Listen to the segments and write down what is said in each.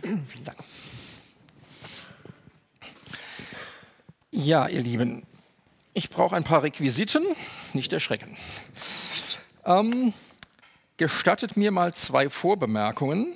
Vielen Dank. Ja, ihr Lieben, ich brauche ein paar Requisiten, nicht erschrecken. Gestattet mir mal 2 Vorbemerkungen.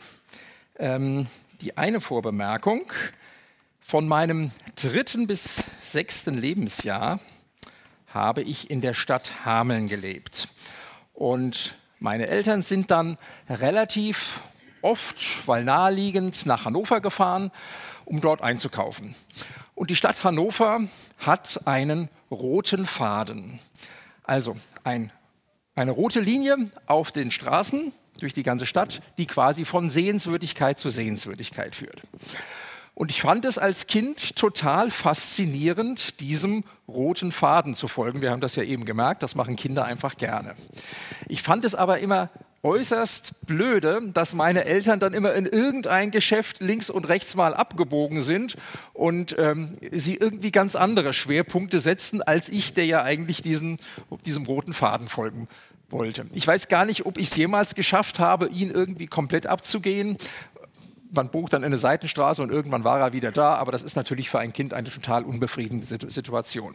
Die eine Vorbemerkung: Von meinem 3. bis 6. Lebensjahr habe ich in der Stadt Hameln gelebt. Und meine Eltern sind dann relativ oft, weil naheliegend, nach Hannover gefahren, um dort einzukaufen. Und die Stadt Hannover hat einen roten Faden. Also eine rote Linie auf den Straßen durch die ganze Stadt, die quasi von Sehenswürdigkeit zu Sehenswürdigkeit führt. Und ich fand es als Kind total faszinierend, diesem roten Faden zu folgen. Wir haben das ja eben gemerkt, das machen Kinder einfach gerne. Ich fand es aber immer äußerst blöde, dass meine Eltern dann immer in irgendein Geschäft links und rechts mal abgebogen sind und sie irgendwie ganz andere Schwerpunkte setzten, als ich, der ja eigentlich diesem roten Faden folgen wollte. Ich weiß gar nicht, ob ich es jemals geschafft habe, ihn irgendwie komplett abzugehen. Man bog dann in eine Seitenstraße und irgendwann war er wieder da, aber das ist natürlich für ein Kind eine total unbefriedigende Situation.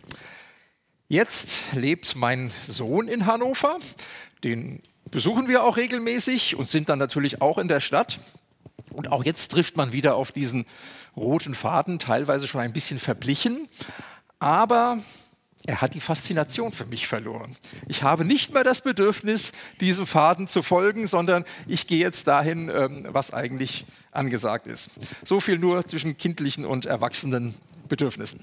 Jetzt lebt mein Sohn in Hannover, den besuchen wir auch regelmäßig und sind dann natürlich auch in der Stadt. Und auch jetzt trifft man wieder auf diesen roten Faden, teilweise schon ein bisschen verblichen, aber er hat die Faszination für mich verloren. Ich habe nicht mehr das Bedürfnis, diesem Faden zu folgen, sondern ich gehe jetzt dahin, was eigentlich angesagt ist. So viel nur zwischen kindlichen und erwachsenen Bedürfnissen.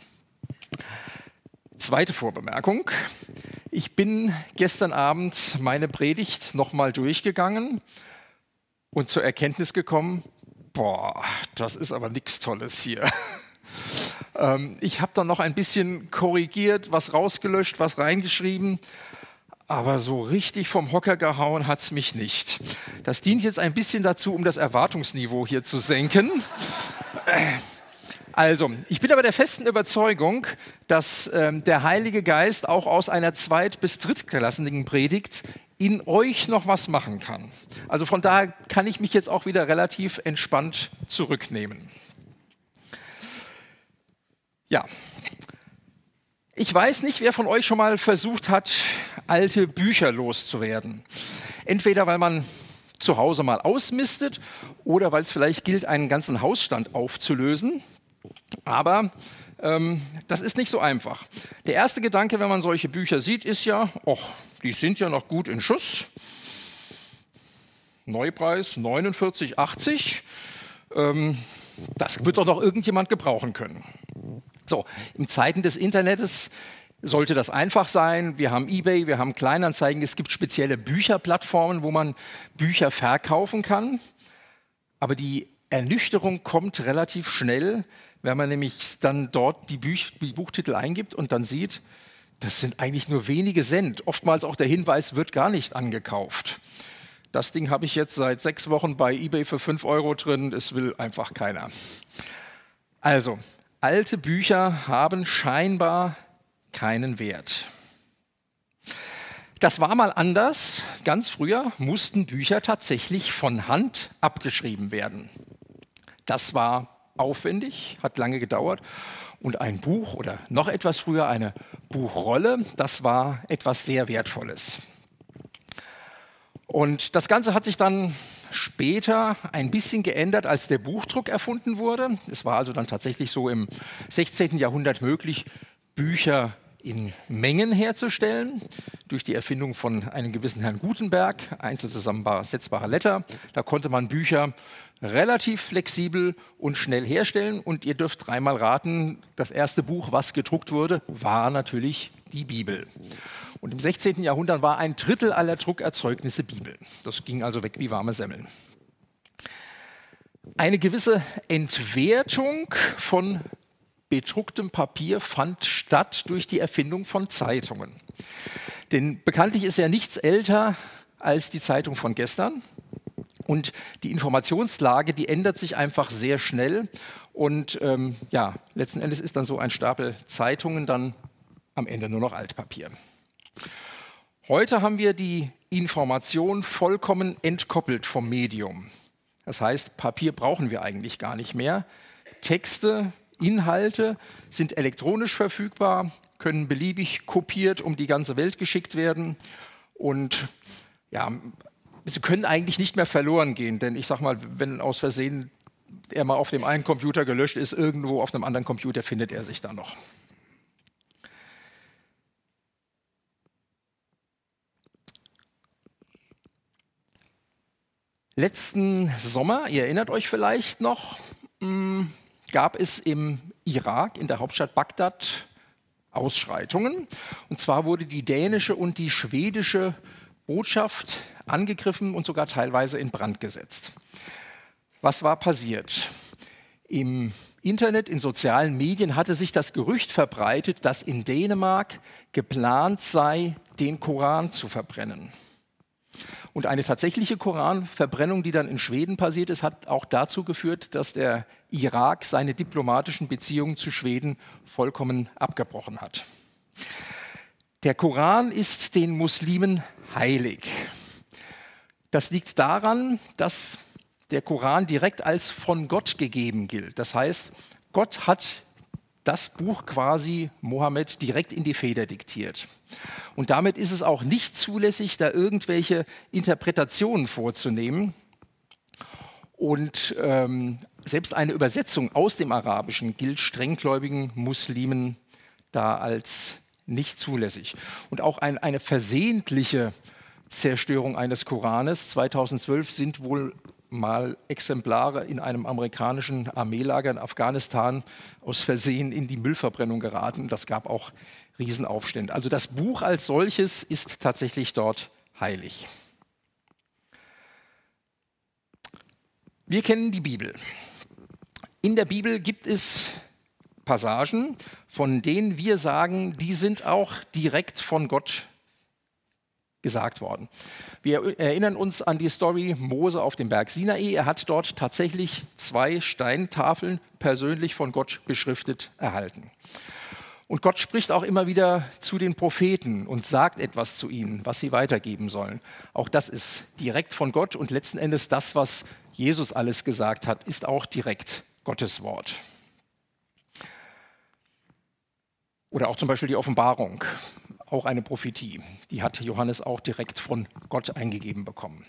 Zweite Vorbemerkung. Ich bin gestern Abend meine Predigt nochmal durchgegangen und zur Erkenntnis gekommen, boah, das ist aber nichts Tolles hier. Ich habe dann noch ein bisschen korrigiert, was rausgelöscht, was reingeschrieben, aber so richtig vom Hocker gehauen hat es mich nicht. Das dient jetzt ein bisschen dazu, um das Erwartungsniveau hier zu senken. Also, ich bin aber der festen Überzeugung, dass der Heilige Geist auch aus einer zweit- bis drittklassigen Predigt in euch noch was machen kann. Also von daher kann ich mich jetzt auch wieder relativ entspannt zurücknehmen. Ja, ich weiß nicht, wer von euch schon mal versucht hat, alte Bücher loszuwerden. Entweder weil man zu Hause mal ausmistet oder weil es vielleicht gilt, einen ganzen Hausstand aufzulösen. Aber das ist nicht so einfach. Der erste Gedanke, wenn man solche Bücher sieht, ist ja, die sind ja noch gut in Schuss. Neupreis 49,80. Das wird doch noch irgendjemand gebrauchen können. So, in Zeiten des Internets sollte das einfach sein. Wir haben eBay, wir haben Kleinanzeigen, es gibt spezielle Bücherplattformen, wo man Bücher verkaufen kann. Aber die Ernüchterung kommt relativ schnell, wenn man nämlich dann dort die Buchtitel eingibt und dann sieht, das sind eigentlich nur wenige Cent. Oftmals auch der Hinweis, wird gar nicht angekauft. Das Ding habe ich jetzt seit 6 Wochen bei eBay für 5 € drin, es will einfach keiner. Also, alte Bücher haben scheinbar keinen Wert. Das war mal anders. Ganz früher mussten Bücher tatsächlich von Hand abgeschrieben werden. Das war aufwendig, hat lange gedauert. Und ein Buch oder noch etwas früher eine Buchrolle, das war etwas sehr Wertvolles. Und das Ganze hat sich dann später ein bisschen geändert, als der Buchdruck erfunden wurde. Es war also dann tatsächlich so im 16. Jahrhundert möglich, Bücher in Mengen herzustellen, durch die Erfindung von einem gewissen Herrn Gutenberg, einzeln zusammensetzbare Letter. Da konnte man Bücher relativ flexibel und schnell herstellen. Und ihr dürft 3-mal raten, das erste Buch, was gedruckt wurde, war natürlich die Bibel. Und im 16. Jahrhundert war 1/3 aller Druckerzeugnisse Bibel. Das ging also weg wie warme Semmeln. Eine gewisse Entwertung von bedrucktem Papier fand statt durch die Erfindung von Zeitungen. Denn bekanntlich ist ja nichts älter als die Zeitung von gestern. Und die Informationslage, die ändert sich einfach sehr schnell. Und letzten Endes ist dann so ein Stapel Zeitungen dann am Ende nur noch Altpapier. Heute haben wir die Information vollkommen entkoppelt vom Medium. Das heißt, Papier brauchen wir eigentlich gar nicht mehr. Texte, Inhalte sind elektronisch verfügbar, können beliebig kopiert um die ganze Welt geschickt werden und ja, sie können eigentlich nicht mehr verloren gehen, denn ich sage mal, wenn aus Versehen er mal auf dem einen Computer gelöscht ist, irgendwo auf einem anderen Computer findet er sich dann noch. Letzten Sommer, ihr erinnert euch vielleicht noch, gab es im Irak, in der Hauptstadt Bagdad, Ausschreitungen. Und zwar wurde die dänische und die schwedische Botschaft angegriffen und sogar teilweise in Brand gesetzt. Was war passiert? Im Internet, in sozialen Medien hatte sich das Gerücht verbreitet, dass in Dänemark geplant sei, den Koran zu verbrennen. Und eine tatsächliche Koranverbrennung, die dann in Schweden passiert ist, hat auch dazu geführt, dass der Irak seine diplomatischen Beziehungen zu Schweden vollkommen abgebrochen hat. Der Koran ist den Muslimen heilig. Das liegt daran, dass der Koran direkt als von Gott gegeben gilt. Das heißt, Gott hat das Buch quasi Mohammed direkt in die Feder diktiert. Und damit ist es auch nicht zulässig, da irgendwelche Interpretationen vorzunehmen. Und selbst eine Übersetzung aus dem Arabischen gilt strenggläubigen Muslimen da als nicht zulässig. Und auch eine versehentliche Zerstörung eines Koranes 2012 sind wohl mal Exemplare in einem amerikanischen Armeelager in Afghanistan aus Versehen in die Müllverbrennung geraten. Das gab auch Riesenaufstände. Also das Buch als solches ist tatsächlich dort heilig. Wir kennen die Bibel. In der Bibel gibt es Passagen, von denen wir sagen, die sind auch direkt von Gott gesagt worden. Wir erinnern uns an die Story Mose auf dem Berg Sinai. Er hat dort tatsächlich 2 Steintafeln persönlich von Gott beschriftet erhalten. Und Gott spricht auch immer wieder zu den Propheten und sagt etwas zu ihnen, was sie weitergeben sollen. Auch das ist direkt von Gott und letzten Endes das, was Jesus alles gesagt hat, ist auch direkt Gottes Wort. Oder auch zum Beispiel die Offenbarung, auch eine Prophetie. Die hat Johannes auch direkt von Gott eingegeben bekommen.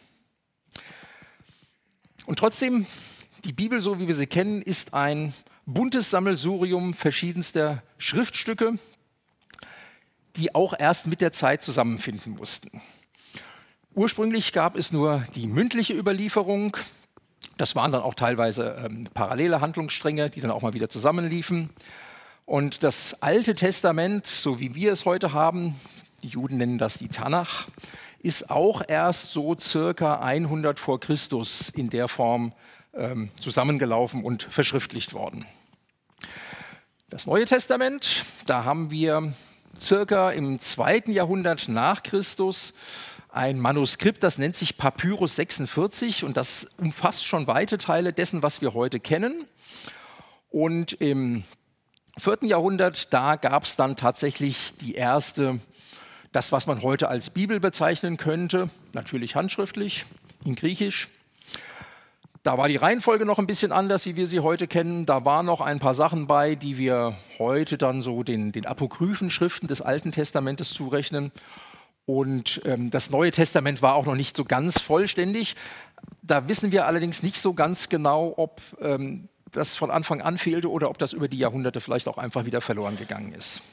Und trotzdem, die Bibel, so wie wir sie kennen, ist ein buntes Sammelsurium verschiedenster Schriftstücke, die auch erst mit der Zeit zusammenfinden mussten. Ursprünglich gab es nur die mündliche Überlieferung. Das waren dann auch teilweise parallele Handlungsstränge, die dann auch mal wieder zusammenliefen. Und das Alte Testament, so wie wir es heute haben, die Juden nennen das die Tanach, ist auch erst so circa 100 vor Christus in der Form zusammengelaufen und verschriftlicht worden. Das Neue Testament, da haben wir circa im 2. Jahrhundert nach Christus ein Manuskript, das nennt sich Papyrus 46 und das umfasst schon weite Teile dessen, was wir heute kennen. Und im 4. Jahrhundert, da gab es dann tatsächlich das, was man heute als Bibel bezeichnen könnte, natürlich handschriftlich, in Griechisch. Da war die Reihenfolge noch ein bisschen anders, wie wir sie heute kennen. Da waren noch ein paar Sachen bei, die wir heute dann so den apokryphen Schriften des Alten Testamentes zurechnen. Und das Neue Testament war auch noch nicht so ganz vollständig. Da wissen wir allerdings nicht so ganz genau, ob das von Anfang an fehlte oder ob das über die Jahrhunderte vielleicht auch einfach wieder verloren gegangen ist.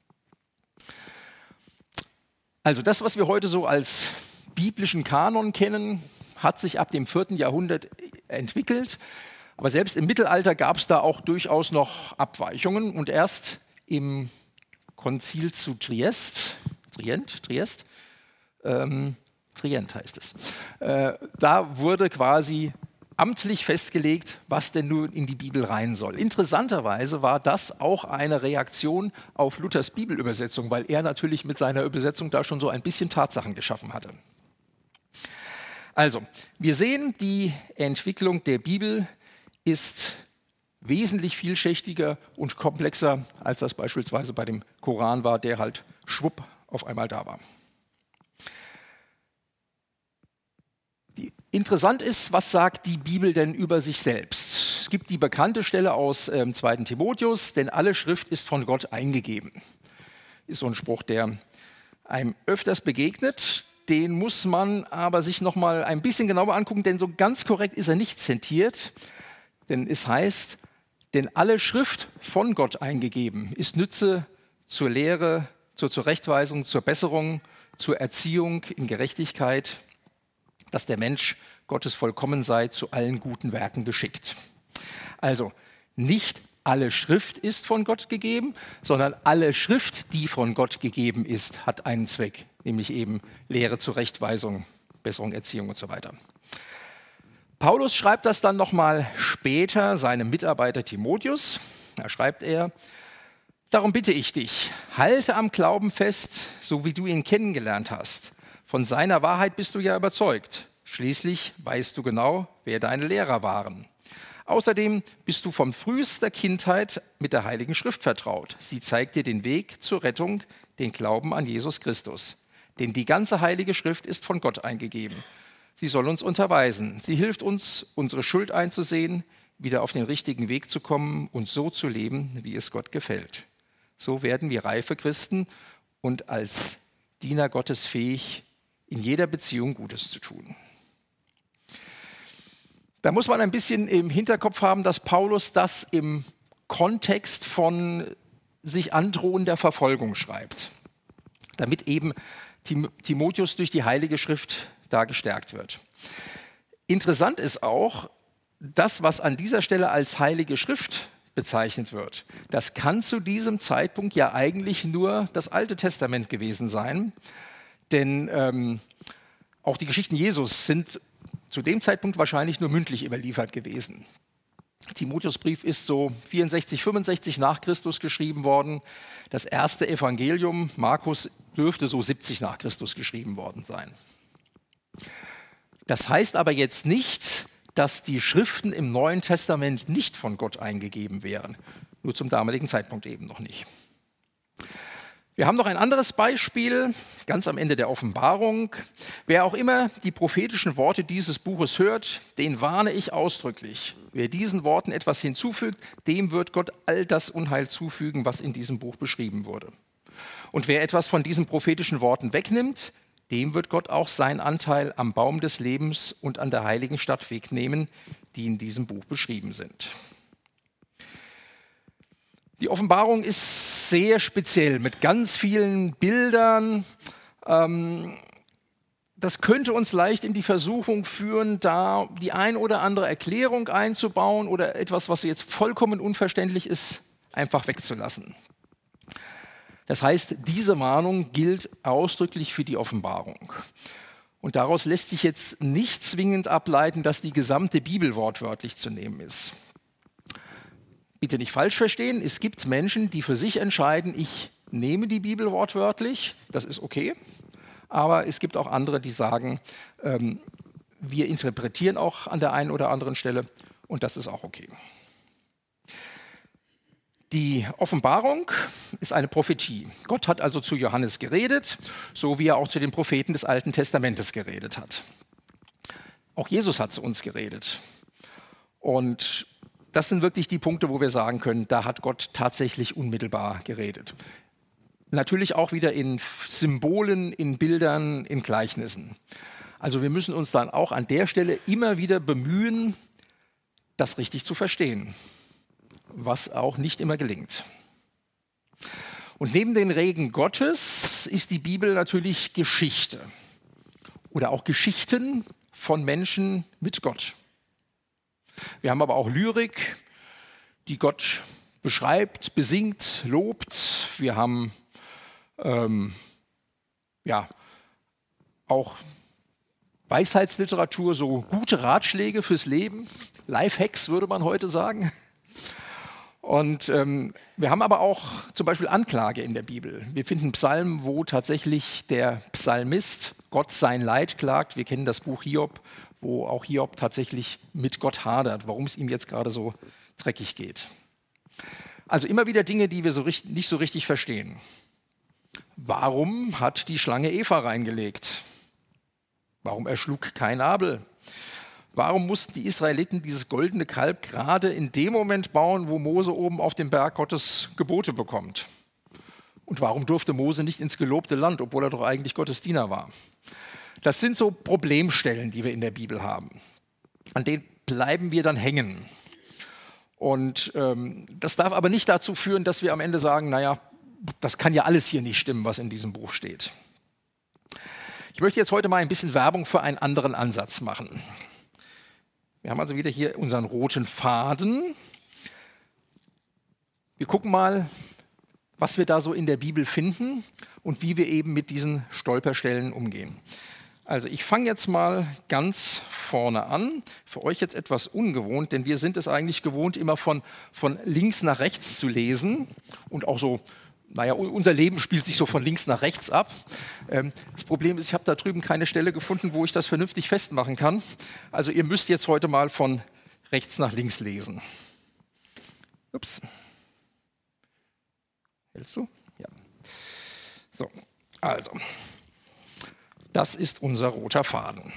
Also das, was wir heute so als biblischen Kanon kennen, hat sich ab dem 4. Jahrhundert entwickelt. Aber selbst im Mittelalter gab es da auch durchaus noch Abweichungen. Und erst im Konzil zu Trient heißt es, da wurde quasi amtlich festgelegt, was denn nun in die Bibel rein soll. Interessanterweise war das auch eine Reaktion auf Luthers Bibelübersetzung, weil er natürlich mit seiner Übersetzung da schon so ein bisschen Tatsachen geschaffen hatte. Also, wir sehen, die Entwicklung der Bibel ist wesentlich vielschichtiger und komplexer, als das beispielsweise bei dem Koran war, der halt schwupp auf einmal da war. Interessant ist, was sagt die Bibel denn über sich selbst? Es gibt die bekannte Stelle aus 2. Timotheus, denn alle Schrift ist von Gott eingegeben. Ist so ein Spruch, der einem öfters begegnet. Den muss man aber sich noch mal ein bisschen genauer angucken, denn so ganz korrekt ist er nicht zitiert. Denn es heißt, denn alle Schrift von Gott eingegeben ist Nütze zur Lehre, zur Zurechtweisung, zur Besserung, zur Erziehung in Gerechtigkeit, dass der Mensch Gottes vollkommen sei, zu allen guten Werken geschickt. Also nicht alle Schrift ist von Gott gegeben, sondern alle Schrift, die von Gott gegeben ist, hat einen Zweck, nämlich eben Lehre, Zurechtweisung, Besserung, Erziehung und so weiter. Paulus schreibt das dann nochmal später seinem Mitarbeiter Timotheus. Da schreibt er: Darum bitte ich dich, halte am Glauben fest, so wie du ihn kennengelernt hast. Von seiner Wahrheit bist du ja überzeugt. Schließlich weißt du genau, wer deine Lehrer waren. Außerdem bist du von frühester Kindheit mit der Heiligen Schrift vertraut. Sie zeigt dir den Weg zur Rettung, den Glauben an Jesus Christus. Denn die ganze Heilige Schrift ist von Gott eingegeben. Sie soll uns unterweisen. Sie hilft uns, unsere Schuld einzusehen, wieder auf den richtigen Weg zu kommen und so zu leben, wie es Gott gefällt. So werden wir reife Christen und als Diener Gottes fähig, in jeder Beziehung Gutes zu tun. Da muss man ein bisschen im Hinterkopf haben, dass Paulus das im Kontext von sich androhender Verfolgung schreibt, damit eben Timotheus durch die Heilige Schrift da gestärkt wird. Interessant ist auch, das, was an dieser Stelle als Heilige Schrift bezeichnet wird, das kann zu diesem Zeitpunkt ja eigentlich nur das Alte Testament gewesen sein, denn auch die Geschichten Jesus sind zu dem Zeitpunkt wahrscheinlich nur mündlich überliefert gewesen. Timotheusbrief ist so 64, 65 nach Christus geschrieben worden. Das erste Evangelium, Markus, dürfte so 70 nach Christus geschrieben worden sein. Das heißt aber jetzt nicht, dass die Schriften im Neuen Testament nicht von Gott eingegeben wären. Nur zum damaligen Zeitpunkt eben noch nicht. Wir haben noch ein anderes Beispiel, ganz am Ende der Offenbarung. Wer auch immer die prophetischen Worte dieses Buches hört, den warne ich ausdrücklich. Wer diesen Worten etwas hinzufügt, dem wird Gott all das Unheil zufügen, was in diesem Buch beschrieben wurde. Und wer etwas von diesen prophetischen Worten wegnimmt, dem wird Gott auch seinen Anteil am Baum des Lebens und an der heiligen Stadt wegnehmen, die in diesem Buch beschrieben sind. Die Offenbarung ist sehr speziell mit ganz vielen Bildern. Das könnte uns leicht in die Versuchung führen, da die ein oder andere Erklärung einzubauen oder etwas, was jetzt vollkommen unverständlich ist, einfach wegzulassen. Das heißt, diese Mahnung gilt ausdrücklich für die Offenbarung. Und daraus lässt sich jetzt nicht zwingend ableiten, dass die gesamte Bibel wortwörtlich zu nehmen ist. Bitte nicht falsch verstehen, es gibt Menschen, die für sich entscheiden, ich nehme die Bibel wortwörtlich, das ist okay. Aber es gibt auch andere, die sagen, wir interpretieren auch an der einen oder anderen Stelle und das ist auch okay. Die Offenbarung ist eine Prophetie. Gott hat also zu Johannes geredet, so wie er auch zu den Propheten des Alten Testamentes geredet hat. Auch Jesus hat zu uns geredet. Und das sind wirklich die Punkte, wo wir sagen können, da hat Gott tatsächlich unmittelbar geredet. Natürlich auch wieder in Symbolen, in Bildern, in Gleichnissen. Also wir müssen uns dann auch an der Stelle immer wieder bemühen, das richtig zu verstehen, was auch nicht immer gelingt. Und neben den Reden Gottes ist die Bibel natürlich Geschichte oder auch Geschichten von Menschen mit Gott. Wir haben aber auch Lyrik, die Gott beschreibt, besingt, lobt. Wir haben auch Weisheitsliteratur, so gute Ratschläge fürs Leben, Lifehacks würde man heute sagen. Und wir haben aber auch zum Beispiel Anklage in der Bibel. Wir finden Psalmen, wo tatsächlich der Psalmist Gott sein Leid klagt. Wir kennen das Buch Hiob, wo auch Hiob tatsächlich mit Gott hadert, warum es ihm jetzt gerade so dreckig geht. Also immer wieder Dinge, die wir nicht so richtig verstehen. Warum hat die Schlange Eva reingelegt? Warum erschlug Kain Abel? warum mussten die Israeliten dieses goldene Kalb gerade in dem Moment bauen, wo Mose oben auf dem Berg Gottes Gebote bekommt? Und warum durfte Mose nicht ins gelobte Land, obwohl er doch eigentlich Gottes Diener war? Das sind so Problemstellen, die wir in der Bibel haben. An denen bleiben wir dann hängen. Und das darf aber nicht dazu führen, dass wir am Ende sagen, naja, das kann ja alles hier nicht stimmen, was in diesem Buch steht. Ich möchte jetzt heute mal ein bisschen Werbung für einen anderen Ansatz machen. Wir haben also wieder hier unseren roten Faden. Wir gucken mal, was wir da so in der Bibel finden und wie wir eben mit diesen Stolperstellen umgehen. Also ich fange jetzt mal ganz vorne an. Für euch jetzt etwas ungewohnt, denn wir sind es eigentlich gewohnt, immer von links nach rechts zu lesen und auch so. Naja, unser Leben spielt sich so von links nach rechts ab. Das Problem ist, ich habe da drüben keine Stelle gefunden, wo ich das vernünftig festmachen kann. Also ihr müsst jetzt heute mal von rechts nach links lesen. Ups. Hältst du? Ja. So, also. Das ist unser roter Faden.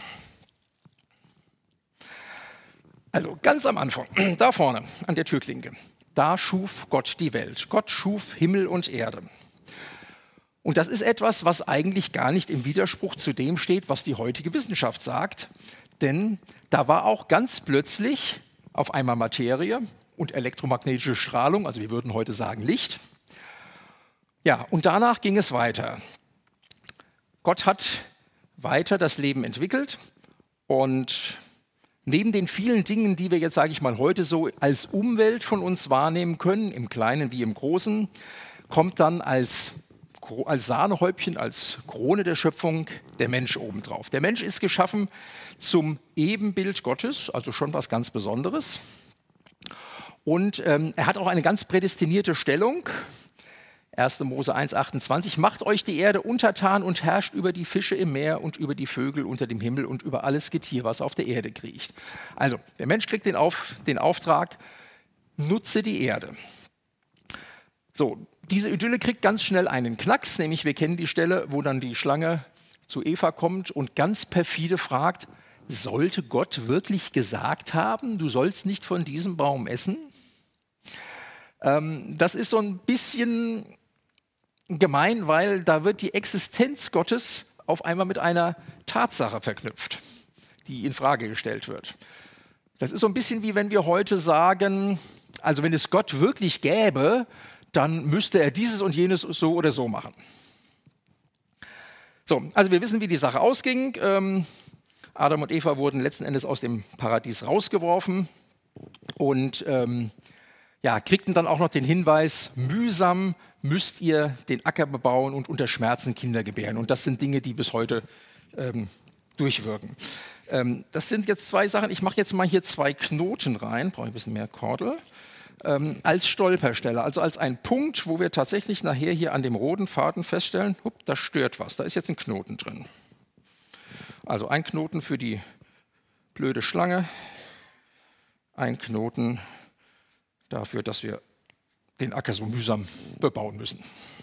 Also ganz am Anfang, da vorne an der Türklinke. Da schuf Gott die Welt. Gott schuf Himmel und Erde. Und das ist etwas, was eigentlich gar nicht im Widerspruch zu dem steht, was die heutige Wissenschaft sagt. Denn da war auch ganz plötzlich auf einmal Materie und elektromagnetische Strahlung, also wir würden heute sagen Licht. Ja, und danach ging es weiter. Gott hat weiter das Leben entwickelt und neben den vielen Dingen, die wir jetzt, sage ich mal, heute so als Umwelt von uns wahrnehmen können, im Kleinen wie im Großen, kommt dann als Sahnehäubchen, als Krone der Schöpfung der Mensch obendrauf. Der Mensch ist geschaffen zum Ebenbild Gottes, also schon was ganz Besonderes. Und er hat auch eine ganz prädestinierte Stellung. 1. Mose 1,28, macht euch die Erde untertan und herrscht über die Fische im Meer und über die Vögel unter dem Himmel und über alles Getier, was auf der Erde kriecht. Also, der Mensch kriegt den Auftrag, nutze die Erde. So, diese Idylle kriegt ganz schnell einen Knacks, nämlich wir kennen die Stelle, wo dann die Schlange zu Eva kommt und ganz perfide fragt, sollte Gott wirklich gesagt haben, du sollst nicht von diesem Baum essen? Das ist so ein bisschen gemein, weil da wird die Existenz Gottes auf einmal mit einer Tatsache verknüpft, die in Frage gestellt wird. Das ist so ein bisschen wie wenn wir heute sagen, also wenn es Gott wirklich gäbe, dann müsste er dieses und jenes so oder so machen. So, also wir wissen, wie die Sache ausging. Adam und Eva wurden letzten Endes aus dem Paradies rausgeworfen und kriegten dann auch noch den Hinweis, mühsam müsst ihr den Acker bebauen und unter Schmerzen Kinder gebären. Und das sind Dinge, die bis heute durchwirken. Das sind jetzt zwei Sachen. Ich mache jetzt mal hier 2 Knoten rein, brauche ich ein bisschen mehr Kordel, als Stolperstelle. Also als ein Punkt, wo wir tatsächlich nachher hier an dem roten Faden feststellen, da stört was, da ist jetzt ein Knoten drin. Also ein Knoten für die blöde Schlange, ein Knoten dafür, dass wir den Acker so mühsam bebauen müssen.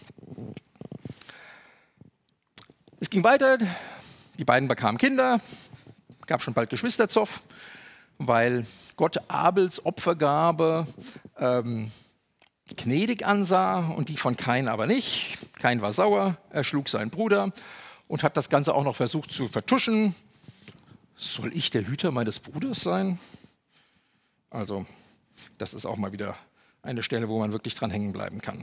Es ging weiter, die beiden bekamen Kinder, gab schon bald Geschwisterzoff, weil Gott Abels Opfergabe gnädig ansah und die von Kain aber nicht. Kain war sauer, er schlug seinen Bruder und hat das Ganze auch noch versucht zu vertuschen. Soll ich der Hüter meines Bruders sein? Also, das ist auch mal wieder eine Stelle, wo man wirklich dran hängen bleiben kann.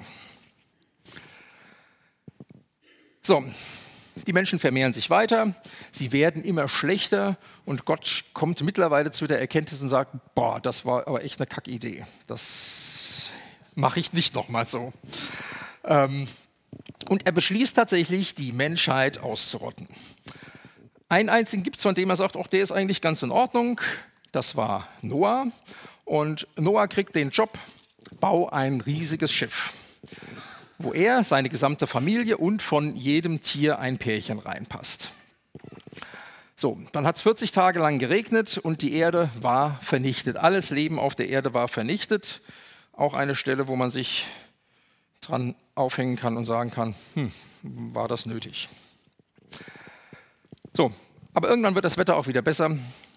So, die Menschen vermehren sich weiter, sie werden immer schlechter und Gott kommt mittlerweile zu der Erkenntnis und sagt, boah, das war aber echt eine Kackidee. Das mache ich nicht nochmal so. Und er beschließt tatsächlich, die Menschheit auszurotten. Einen einzigen gibt es, von dem er sagt, auch der ist eigentlich ganz in Ordnung. Das war Noah. Und Noah kriegt den Job, bau ein riesiges Schiff, wo er, seine gesamte Familie und von jedem Tier ein Pärchen reinpasst. So, dann hat es 40 Tage lang geregnet und die Erde war vernichtet. Alles Leben auf der Erde war vernichtet. Auch eine Stelle, wo man sich dran aufhängen kann und sagen kann, war das nötig? So, aber irgendwann wird das Wetter auch wieder besser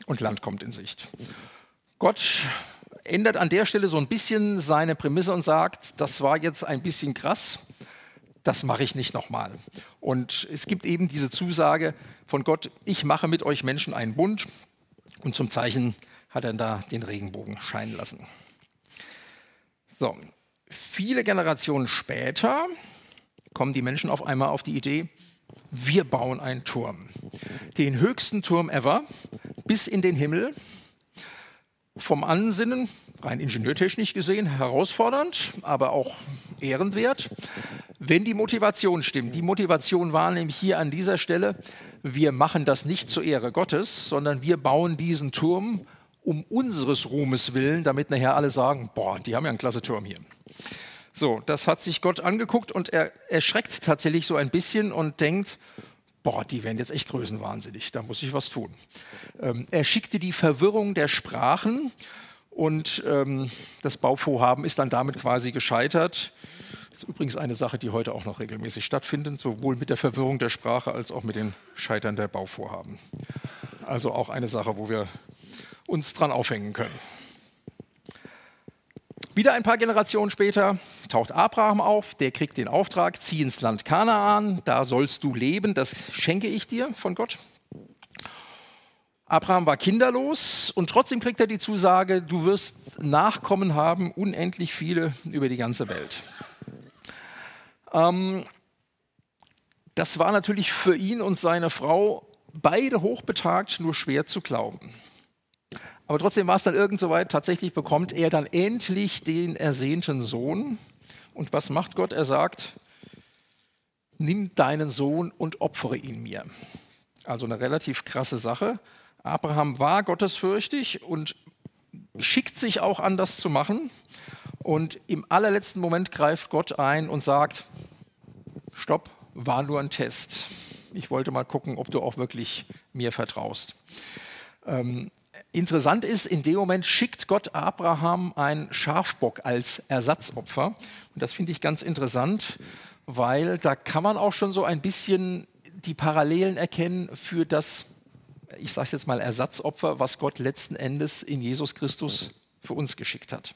und Land kommt in Sicht. Gott ändert an der Stelle so ein bisschen seine Prämisse und sagt, das war jetzt ein bisschen krass, das mache ich nicht nochmal. Und es gibt eben diese Zusage von Gott, ich mache mit euch Menschen einen Bund. Und zum Zeichen hat er da den Regenbogen scheinen lassen. So, viele Generationen später kommen die Menschen auf einmal auf die Idee, wir bauen einen Turm. Den höchsten Turm ever, bis in den Himmel. Vom Ansinnen, rein ingenieurtechnisch gesehen, herausfordernd, aber auch ehrenwert, wenn die Motivation stimmt. Die Motivation war nämlich hier an dieser Stelle, wir machen das nicht zur Ehre Gottes, sondern wir bauen diesen Turm um unseres Ruhmes willen, damit nachher alle sagen, boah, die haben ja einen klasse Turm hier. So, das hat sich Gott angeguckt und er erschreckt tatsächlich so ein bisschen und denkt, boah, die werden jetzt echt größenwahnsinnig, da muss ich was tun. Er schickte die Verwirrung der Sprachen und das Bauvorhaben ist dann damit quasi gescheitert. Das ist übrigens eine Sache, die heute auch noch regelmäßig stattfindet, sowohl mit der Verwirrung der Sprache als auch mit den Scheitern der Bauvorhaben. Also auch eine Sache, wo wir uns dran aufhängen können. Wieder ein paar Generationen später taucht Abraham auf, der kriegt den Auftrag, zieh ins Land Kanaan, da sollst du leben, das schenke ich dir von Gott. Abraham war kinderlos und trotzdem kriegt er die Zusage, du wirst Nachkommen haben, unendlich viele über die ganze Welt. Das war natürlich für ihn und seine Frau beide hochbetagt, nur schwer zu glauben. Aber trotzdem war es dann irgend so weit, tatsächlich bekommt er dann endlich den ersehnten Sohn. Und was macht Gott? Er sagt, nimm deinen Sohn und opfere ihn mir. Also eine relativ krasse Sache. Abraham war gottesfürchtig und schickt sich auch an, das zu machen. Und im allerletzten Moment greift Gott ein und sagt, stopp, war nur ein Test. Ich wollte mal gucken, ob du auch wirklich mir vertraust. Interessant ist, in dem Moment schickt Gott Abraham einen Schafbock als Ersatzopfer. Und das finde ich ganz interessant, weil da kann man auch schon so ein bisschen die Parallelen erkennen für das, ich sage es jetzt mal, Ersatzopfer, was Gott letzten Endes in Jesus Christus für uns geschickt hat.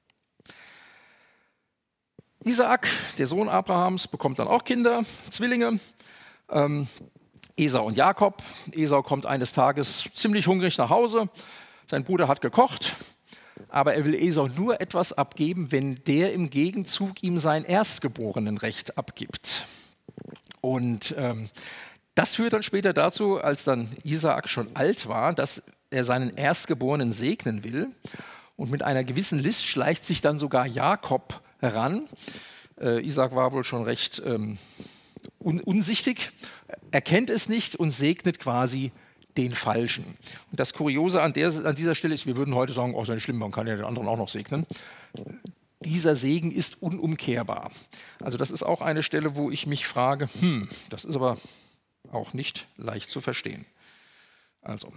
Isaak, der Sohn Abrahams, bekommt dann auch Kinder, Zwillinge. Esau und Jakob. Esau kommt eines Tages ziemlich hungrig nach Hause. Sein Bruder hat gekocht, aber er will Esau nur etwas abgeben, wenn der im Gegenzug ihm sein Erstgeborenenrecht abgibt. Und das führt dann später dazu, als dann Isaak schon alt war, dass er seinen Erstgeborenen segnen will. Und mit einer gewissen List schleicht sich dann sogar Jakob heran. Isaak war wohl schon recht unsichtig, erkennt es nicht und segnet quasi den Falschen. Und das Kuriose an dieser Stelle ist, wir würden heute sagen, oh, ist ja nicht schlimm, man kann ja den anderen auch noch segnen. Dieser Segen ist unumkehrbar. Also das ist auch eine Stelle, wo ich mich frage, das ist aber auch nicht leicht zu verstehen. Also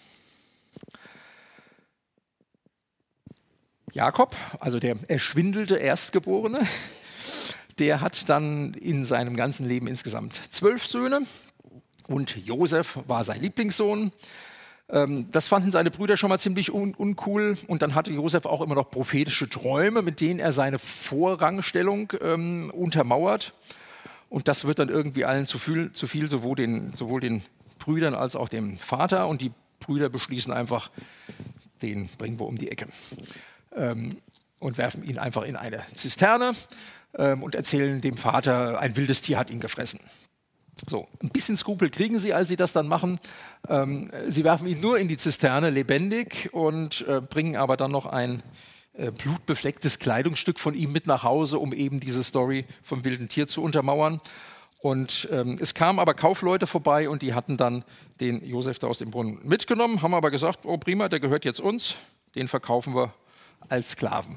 Jakob, also der erschwindelte Erstgeborene, der hat dann in seinem ganzen Leben insgesamt 12 Söhne und Josef war sein Lieblingssohn. Das fanden seine Brüder schon mal ziemlich uncool und dann hatte Josef auch immer noch prophetische Träume, mit denen er seine Vorrangstellung untermauert. Und das wird dann irgendwie allen zu viel sowohl den Brüdern als auch dem Vater. Und die Brüder beschließen einfach, den bringen wir um die Ecke und werfen ihn einfach in eine Zisterne. Und erzählen dem Vater, ein wildes Tier hat ihn gefressen. So, ein bisschen Skrupel kriegen sie, als sie das dann machen. Sie werfen ihn nur in die Zisterne lebendig und bringen aber dann noch ein blutbeflecktes Kleidungsstück von ihm mit nach Hause, um eben diese Story vom wilden Tier zu untermauern. Und es kamen aber Kaufleute vorbei und die hatten dann den Josef da aus dem Brunnen mitgenommen, haben aber gesagt, oh prima, der gehört jetzt uns, den verkaufen wir als Sklaven.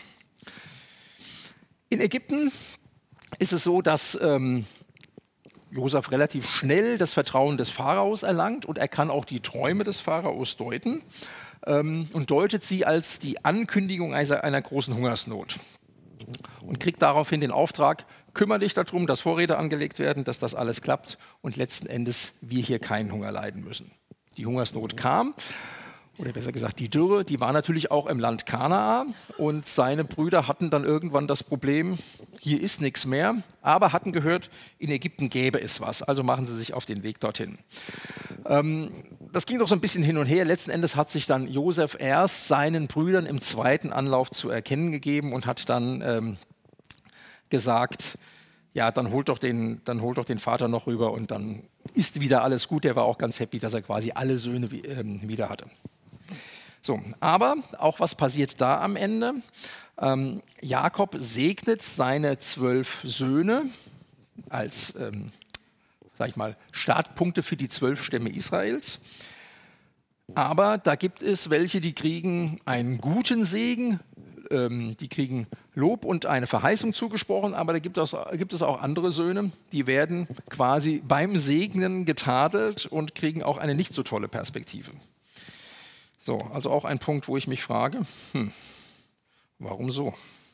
In Ägypten ist es so, dass Josef relativ schnell das Vertrauen des Pharaos erlangt und er kann auch die Träume des Pharaos deuten und deutet sie als die Ankündigung einer großen Hungersnot und kriegt daraufhin den Auftrag, kümmere dich darum, dass Vorräte angelegt werden, dass das alles klappt und letzten Endes wir hier keinen Hunger leiden müssen. Die Hungersnot kam oder besser gesagt die Dürre, die war natürlich auch im Land Kanaan und seine Brüder hatten dann irgendwann das Problem, hier ist nichts mehr, aber hatten gehört, in Ägypten gäbe es was, also machen sie sich auf den Weg dorthin. Das ging doch so ein bisschen hin und her. Letzten Endes hat sich dann Josef erst seinen Brüdern im zweiten Anlauf zu erkennen gegeben und hat dann gesagt, ja, dann holt doch den Vater noch rüber und dann ist wieder alles gut. Der war auch ganz happy, dass er quasi alle Söhne wieder hatte. So, aber auch was passiert da am Ende? Jakob segnet seine 12 Söhne als, sag ich mal, Startpunkte für die 12 Stämme Israels. Aber da gibt es welche, die kriegen einen guten Segen, die kriegen Lob und eine Verheißung zugesprochen, aber da gibt es auch andere Söhne, die werden quasi beim Segnen getadelt und kriegen auch eine nicht so tolle Perspektive. So, also auch ein Punkt, wo ich mich frage, warum so?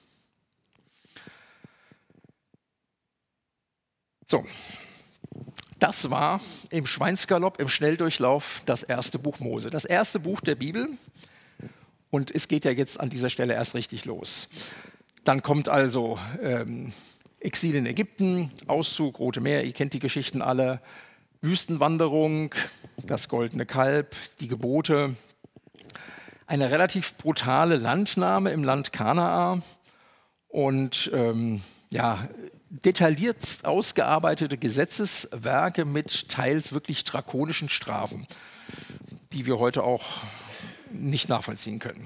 So, das war im Schweinsgalopp, im Schnelldurchlauf das erste Buch Mose, das erste Buch der Bibel. Und es geht ja jetzt an dieser Stelle erst richtig los. Dann kommt also Exil in Ägypten, Auszug, Rote Meer, ihr kennt die Geschichten alle, Wüstenwanderung, das goldene Kalb, die Gebote, eine relativ brutale Landnahme im Land Kanaan und detailliert ausgearbeitete Gesetzeswerke mit teils wirklich drakonischen Strafen, die wir heute auch nicht nachvollziehen können.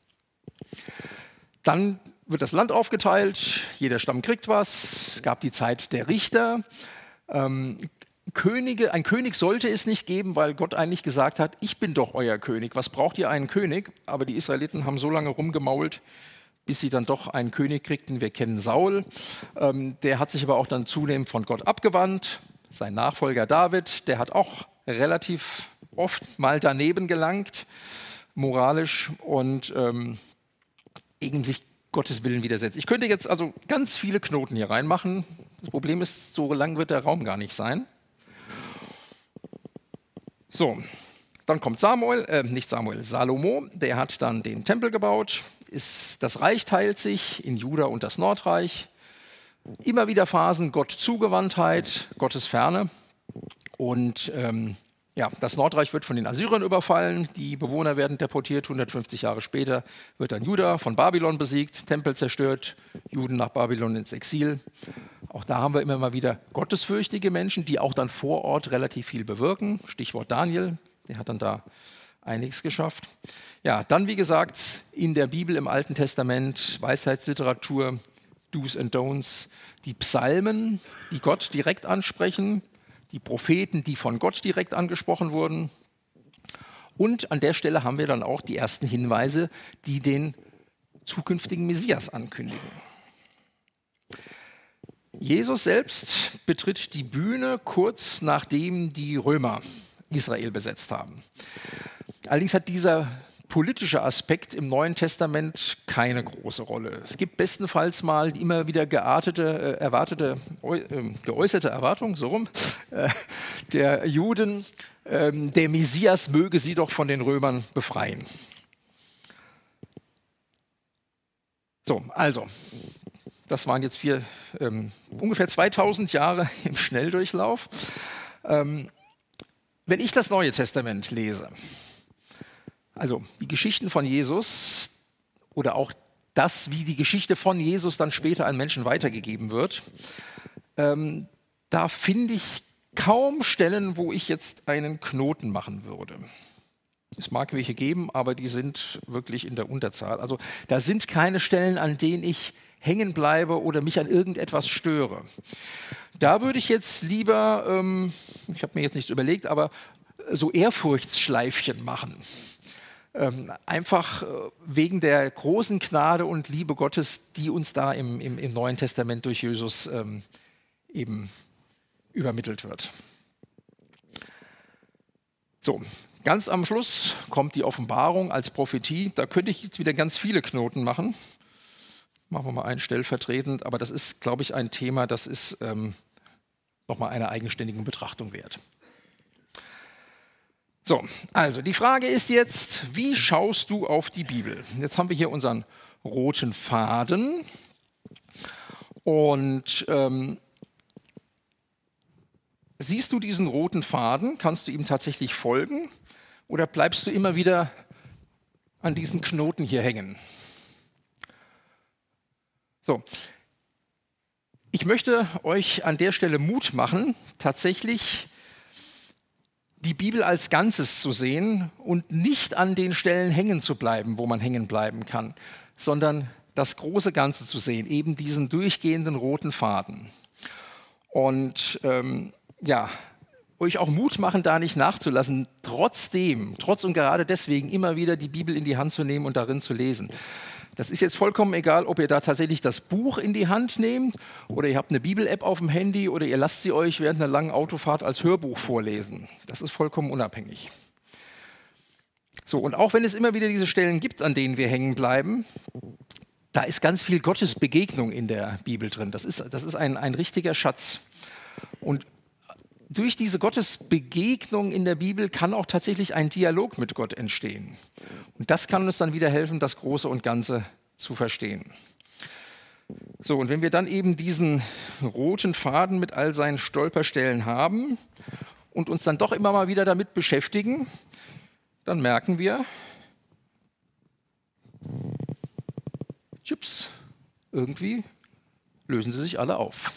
Dann wird das Land aufgeteilt, jeder Stamm kriegt was, es gab die Zeit der Richter. Ein König sollte es nicht geben, weil Gott eigentlich gesagt hat, ich bin doch euer König, was braucht ihr einen König? Aber die Israeliten haben so lange rumgemault, bis sie dann doch einen König kriegten. Wir kennen Saul, der hat sich aber auch dann zunehmend von Gott abgewandt. Sein Nachfolger David, der hat auch relativ oft mal daneben gelangt, moralisch und gegen sich Gottes Willen widersetzt. Ich könnte jetzt also ganz viele Knoten hier reinmachen. Das Problem ist, so lang wird der Raum gar nicht sein. So, dann kommt Salomo, der hat dann den Tempel gebaut. Das Reich teilt sich in Juda und das Nordreich. Immer wieder Phasen Gott-Zugewandtheit, Gottes Ferne. Und das Nordreich wird von den Assyrern überfallen, die Bewohner werden deportiert, 150 Jahre später wird dann Juda von Babylon besiegt, Tempel zerstört, Juden nach Babylon ins Exil. Auch da haben wir immer mal wieder gottesfürchtige Menschen, die auch dann vor Ort relativ viel bewirken. Stichwort Daniel, der hat dann da einiges geschafft. Ja, dann wie gesagt, in der Bibel im Alten Testament, Weisheitsliteratur, Do's and Don'ts, die Psalmen, die Gott direkt ansprechen, die Propheten, die von Gott direkt angesprochen wurden. Und an der Stelle haben wir dann auch die ersten Hinweise, die den zukünftigen Messias ankündigen. Jesus selbst betritt die Bühne kurz nachdem die Römer Israel besetzt haben. Allerdings hat dieser politische Aspekt im Neuen Testament keine große Rolle. Es gibt bestenfalls mal immer wieder geäußerte Erwartung, der Juden, der Messias möge sie doch von den Römern befreien. So, also, das waren jetzt ungefähr 2000 Jahre im Schnelldurchlauf. Wenn ich das Neue Testament lese, also die Geschichten von Jesus oder auch das, wie die Geschichte von Jesus dann später an Menschen weitergegeben wird, da finde ich kaum Stellen, wo ich jetzt einen Knoten machen würde. Es mag welche geben, aber die sind wirklich in der Unterzahl. Also da sind keine Stellen, an denen ich hängen bleibe oder mich an irgendetwas störe. Da würde ich jetzt lieber, ich habe mir jetzt nichts überlegt, aber so Ehrfurchtsschleifchen machen. Einfach wegen der großen Gnade und Liebe Gottes, die uns da im Neuen Testament durch Jesus eben übermittelt wird. So, ganz am Schluss kommt die Offenbarung als Prophetie. Da könnte ich jetzt wieder ganz viele Knoten machen. Machen wir mal einen stellvertretend, aber das ist, glaube ich, ein Thema, das ist nochmal einer eigenständigen Betrachtung wert. So, also die Frage ist jetzt, wie schaust du auf die Bibel? Jetzt haben wir hier unseren roten Faden und siehst du diesen roten Faden? Kannst du ihm tatsächlich folgen oder bleibst du immer wieder an diesen Knoten hier hängen? So, ich möchte euch an der Stelle Mut machen, tatsächlich die Bibel als Ganzes zu sehen und nicht an den Stellen hängen zu bleiben, wo man hängen bleiben kann, sondern das große Ganze zu sehen, eben diesen durchgehenden roten Faden. Und euch auch Mut machen, da nicht nachzulassen, trotz und gerade deswegen immer wieder die Bibel in die Hand zu nehmen und darin zu lesen. Das ist jetzt vollkommen egal, ob ihr da tatsächlich das Buch in die Hand nehmt oder ihr habt eine Bibel-App auf dem Handy oder ihr lasst sie euch während einer langen Autofahrt als Hörbuch vorlesen. Das ist vollkommen unabhängig. So, und auch wenn es immer wieder diese Stellen gibt, an denen wir hängen bleiben, da ist ganz viel Gottes Begegnung in der Bibel drin. Das ist ein richtiger Schatz. Und durch diese Gottesbegegnung in der Bibel kann auch tatsächlich ein Dialog mit Gott entstehen. Und das kann uns dann wieder helfen, das Große und Ganze zu verstehen. So, und wenn wir dann eben diesen roten Faden mit all seinen Stolperstellen haben und uns dann doch immer mal wieder damit beschäftigen, dann merken wir, tschüps, irgendwie lösen sie sich alle auf.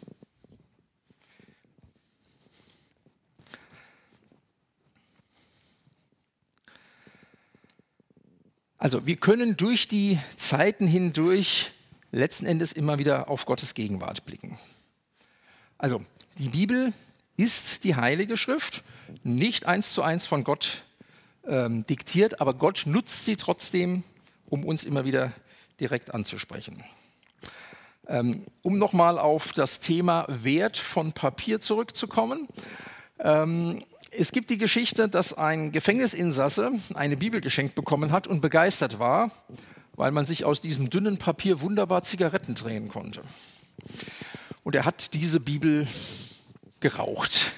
Also wir können durch die Zeiten hindurch letzten Endes immer wieder auf Gottes Gegenwart blicken. Also die Bibel ist die Heilige Schrift, nicht 1:1 von Gott diktiert, aber Gott nutzt sie trotzdem, um uns immer wieder direkt anzusprechen. Um nochmal auf das Thema Wert von Papier zurückzukommen. Es gibt die Geschichte, dass ein Gefängnisinsasse eine Bibel geschenkt bekommen hat und begeistert war, weil man sich aus diesem dünnen Papier wunderbar Zigaretten drehen konnte. Und er hat diese Bibel geraucht.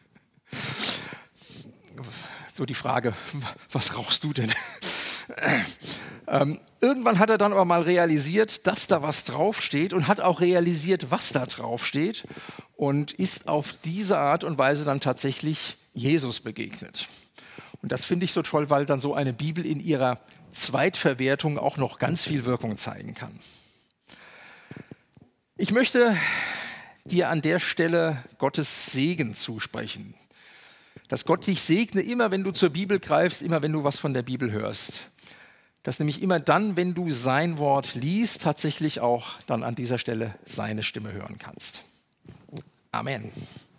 So die Frage, was rauchst du denn? Irgendwann hat er dann aber mal realisiert, dass da was draufsteht und hat auch realisiert, was da draufsteht und ist auf diese Art und Weise dann tatsächlich Jesus begegnet. Und das finde ich so toll, weil dann so eine Bibel in ihrer Zweitverwertung auch noch ganz viel Wirkung zeigen kann. Ich möchte dir an der Stelle Gottes Segen zusprechen. Dass Gott dich segne, immer wenn du zur Bibel greifst, immer wenn du was von der Bibel hörst. Dass nämlich immer dann, wenn du sein Wort liest, tatsächlich auch dann an dieser Stelle seine Stimme hören kannst. Amen.